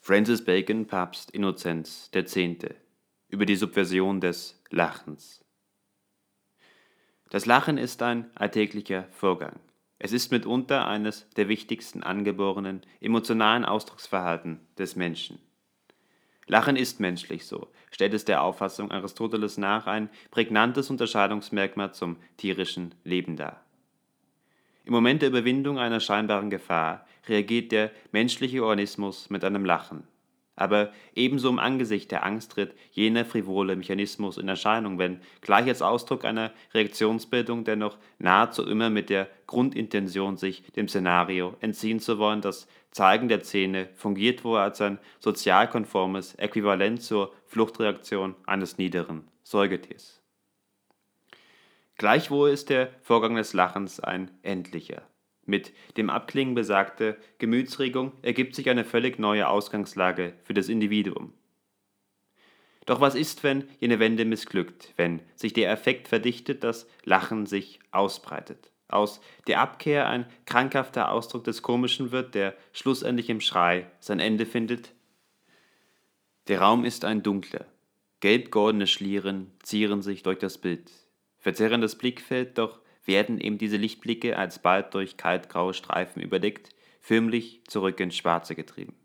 Francis Bacon, Papst Innozenz X. über die Subversion des Lachens. Das Lachen ist ein alltäglicher Vorgang. Es ist mitunter eines der wichtigsten angeborenen emotionalen Ausdrucksverhalten des Menschen. Lachen ist menschlich, so stellt es der Auffassung Aristoteles nach ein prägnantes Unterscheidungsmerkmal zum tierischen Leben dar. Im Moment der Überwindung einer scheinbaren Gefahr reagiert der menschliche Organismus mit einem Lachen. Aber ebenso im Angesicht der Angst tritt jener frivole Mechanismus in Erscheinung, wenn gleich als Ausdruck einer Reaktionsbildung dennoch nahezu immer mit der Grundintention, sich dem Szenario entziehen zu wollen, das Zeigen der Zähne fungiert wohl als ein sozialkonformes Äquivalent zur Fluchtreaktion eines niederen Säugetiers. Gleichwohl ist der Vorgang des Lachens ein endlicher. Mit dem Abklingen besagter Gemütsregung ergibt sich eine völlig neue Ausgangslage für das Individuum. Doch was ist, wenn jene Wende missglückt, wenn sich der Effekt verdichtet, das Lachen sich ausbreitet? Aus der Abkehr ein krankhafter Ausdruck des Komischen wird, der schlussendlich im Schrei sein Ende findet? Der Raum ist ein dunkler. Gelb-goldene Schlieren zieren sich durch das Bild. Verzerrendes Blickfeld, doch werden eben diese Lichtblicke alsbald durch kaltgraue Streifen überdeckt, förmlich zurück ins Schwarze getrieben.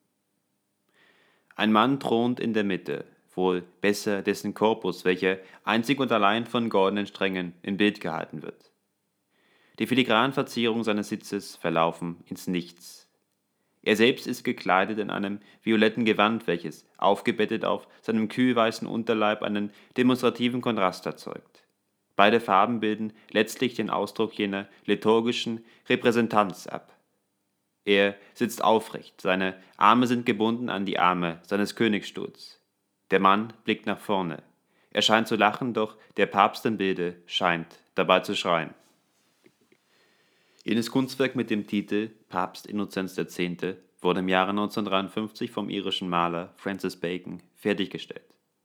Ein Mann thront in der Mitte, wohl besser dessen Korpus, welcher einzig und allein von goldenen Strängen im Bild gehalten wird. Die filigranen Verzierungen seines Sitzes verlaufen ins Nichts. Er selbst ist gekleidet in einem violetten Gewand, welches, aufgebettet auf seinem kühlweißen Unterleib, einen demonstrativen Kontrast erzeugt. Beide Farben bilden letztlich den Ausdruck jener liturgischen Repräsentanz ab. Er sitzt aufrecht, seine Arme sind gebunden an die Arme seines Königsstuhls. Der Mann blickt nach vorne. Er scheint zu lachen, doch der Papst im Bilde scheint dabei zu schreien. Jenes Kunstwerk mit dem Titel Papst Innozenz X. wurde im Jahre 1953 vom irischen Maler Francis Bacon fertiggestellt.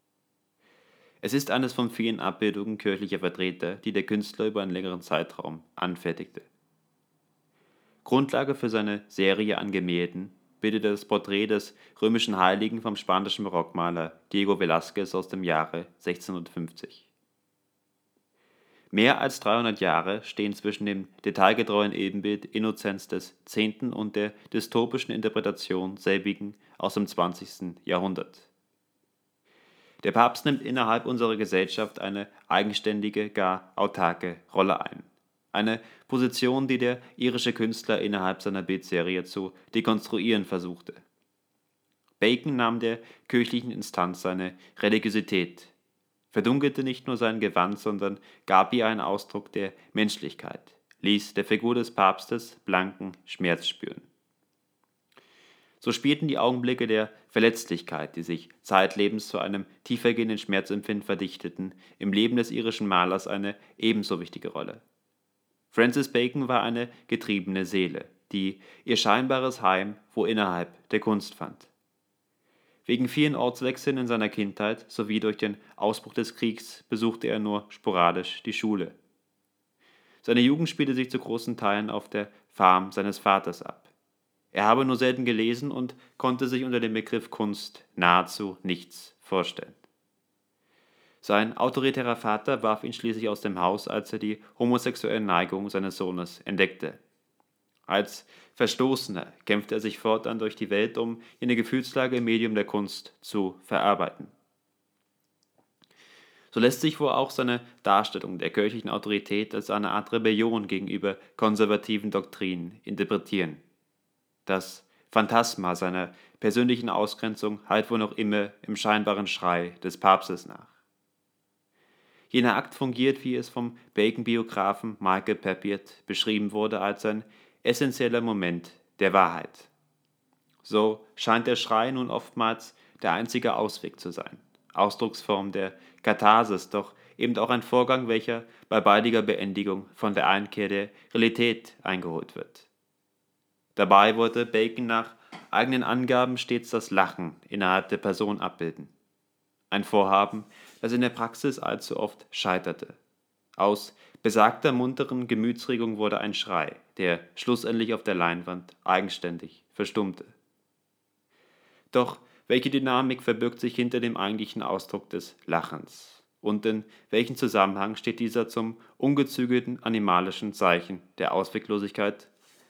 Es ist eines von vielen Abbildungen kirchlicher Vertreter, die der Künstler über einen längeren Zeitraum anfertigte. Grundlage für seine Serie an Gemälden bildete das Porträt des römischen Heiligen vom spanischen Barockmaler Diego Velázquez aus dem Jahre 1650. Mehr als 300 Jahre stehen zwischen dem detailgetreuen Ebenbild Innozenz X. und der dystopischen Interpretation selbigen aus dem 20. Jahrhundert. Der Papst nimmt innerhalb unserer Gesellschaft eine eigenständige, gar autarke Rolle ein. Eine Position, die der irische Künstler innerhalb seiner Bildserie zu dekonstruieren versuchte. Bacon nahm der kirchlichen Instanz seine Religiosität, verdunkelte nicht nur sein Gewand, sondern gab ihr einen Ausdruck der Menschlichkeit, ließ der Figur des Papstes blanken Schmerz spüren. So spielten die Augenblicke der Verletzlichkeit, die sich zeitlebens zu einem tiefergehenden Schmerzempfinden verdichteten, im Leben des irischen Malers eine ebenso wichtige Rolle. Francis Bacon war eine getriebene Seele, die ihr scheinbares Heim wo innerhalb der Kunst fand. Wegen vielen Ortswechseln in seiner Kindheit sowie durch den Ausbruch des Kriegs besuchte er nur sporadisch die Schule. Seine Jugend spielte sich zu großen Teilen auf der Farm seines Vaters ab. Er habe nur selten gelesen und konnte sich unter dem Begriff Kunst nahezu nichts vorstellen. Sein autoritärer Vater warf ihn schließlich aus dem Haus, als er die homosexuellen Neigungen seines Sohnes entdeckte. Als Verstoßener kämpfte er sich fortan durch die Welt, um jene Gefühlslage im Medium der Kunst zu verarbeiten. So lässt sich wohl auch seine Darstellung der kirchlichen Autorität als eine Art Rebellion gegenüber konservativen Doktrinen interpretieren. Das Phantasma seiner persönlichen Ausgrenzung hallt wohl noch immer im scheinbaren Schrei des Papstes nach. Jener Akt fungiert, wie es vom Bacon-Biografen Michael Papiet beschrieben wurde, als ein essentieller Moment der Wahrheit. So scheint der Schrei nun oftmals der einzige Ausweg zu sein, Ausdrucksform der Katharsis, doch eben auch ein Vorgang, welcher bei baldiger Beendigung von der Einkehr der Realität eingeholt wird. Dabei wollte Bacon nach eigenen Angaben stets das Lachen innerhalb der Person abbilden. Ein Vorhaben, das in der Praxis allzu oft scheiterte. Aus besagter munteren Gemütsregung wurde ein Schrei, der schlussendlich auf der Leinwand eigenständig verstummte. Doch welche Dynamik verbirgt sich hinter dem eigentlichen Ausdruck des Lachens? Und in welchem Zusammenhang steht dieser zum ungezügelten animalischen Zeichen der Ausweglosigkeit?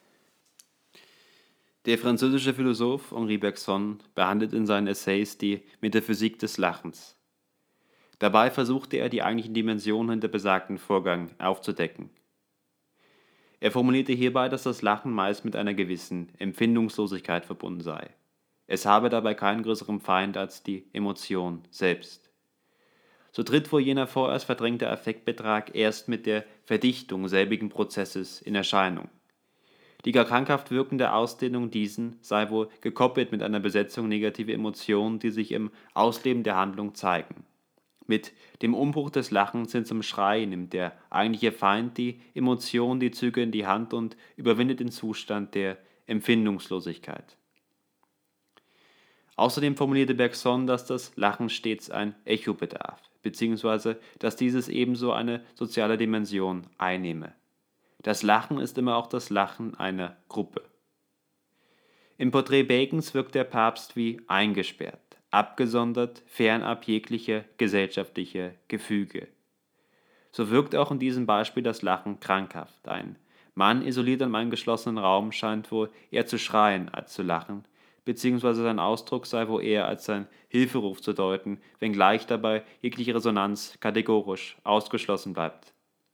Der französische Philosoph Henri Bergson behandelt in seinen Essays die Metaphysik des Lachens. Dabei versuchte er, die eigentlichen Dimensionen hinter besagten Vorgang aufzudecken. Er formulierte hierbei, dass das Lachen meist mit einer gewissen Empfindungslosigkeit verbunden sei. Es habe dabei keinen größeren Feind als die Emotion selbst. So tritt wohl jener vorerst verdrängte Affektbetrag erst mit der Verdichtung selbigen Prozesses in Erscheinung. Die gar krankhaft wirkende Ausdehnung diesen sei wohl gekoppelt mit einer Besetzung negativer Emotionen, die sich im Ausleben der Handlung zeigen. Mit dem Umbruch des Lachens hin zum Schrei nimmt der eigentliche Feind die Emotion, die Züge in die Hand und überwindet den Zustand der Empfindungslosigkeit. Außerdem formulierte Bergson, dass das Lachen stets ein Echo bedarf, beziehungsweise dass dieses ebenso eine soziale Dimension einnehme. Das Lachen ist immer auch das Lachen einer Gruppe. Im Porträt Bacons wirkt der Papst wie eingesperrt, abgesondert, fernab jeglicher gesellschaftlicher Gefüge. So wirkt auch in diesem Beispiel das Lachen krankhaft. Ein Mann isoliert in einem geschlossenen Raum scheint wohl eher zu schreien als zu lachen, beziehungsweise sein Ausdruck sei wohl eher als ein Hilferuf zu deuten, wenngleich dabei jegliche Resonanz kategorisch ausgeschlossen bleibt.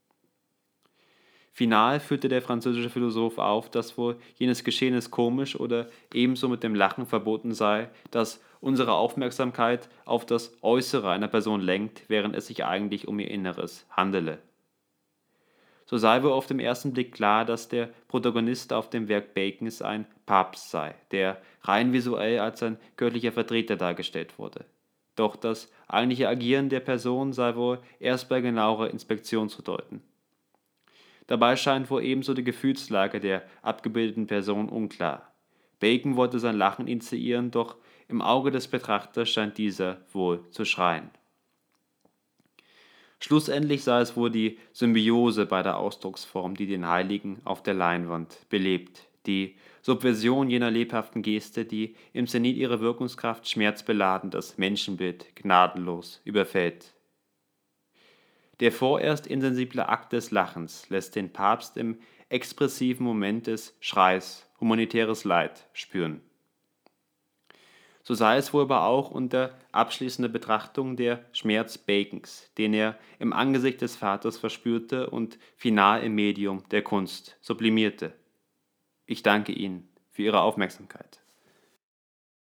Final führte der französische Philosoph auf, dass wohl jenes Geschehnis komisch oder ebenso mit dem Lachen verboten sei, das unsere Aufmerksamkeit auf das Äußere einer Person lenkt, während es sich eigentlich um ihr Inneres handele. So sei wohl auf den ersten Blick klar, dass der Protagonist auf dem Werk Bacons ein Papst sei, der rein visuell als ein göttlicher Vertreter dargestellt wurde. Doch das eigentliche Agieren der Person sei wohl erst bei genauerer Inspektion zu deuten. Dabei scheint wohl ebenso die Gefühlslage der abgebildeten Person unklar. Bacon wollte sein Lachen initiieren, doch im Auge des Betrachters scheint dieser wohl zu schreien. Schlussendlich sei es wohl die Symbiose beider Ausdrucksformen, die den Heiligen auf der Leinwand belebt, die Subversion jener lebhaften Geste, die im Zenit ihrer Wirkungskraft schmerzbeladen das Menschenbild gnadenlos überfällt. Der vorerst insensible Akt des Lachens lässt den Papst im expressiven Moment des Schreis humanitäres Leid spüren. So sei es wohl aber auch unter abschließender Betrachtung der Schmerz Bacons, den er im Angesicht des Vaters verspürte und final im Medium der Kunst sublimierte. Ich danke Ihnen für Ihre Aufmerksamkeit.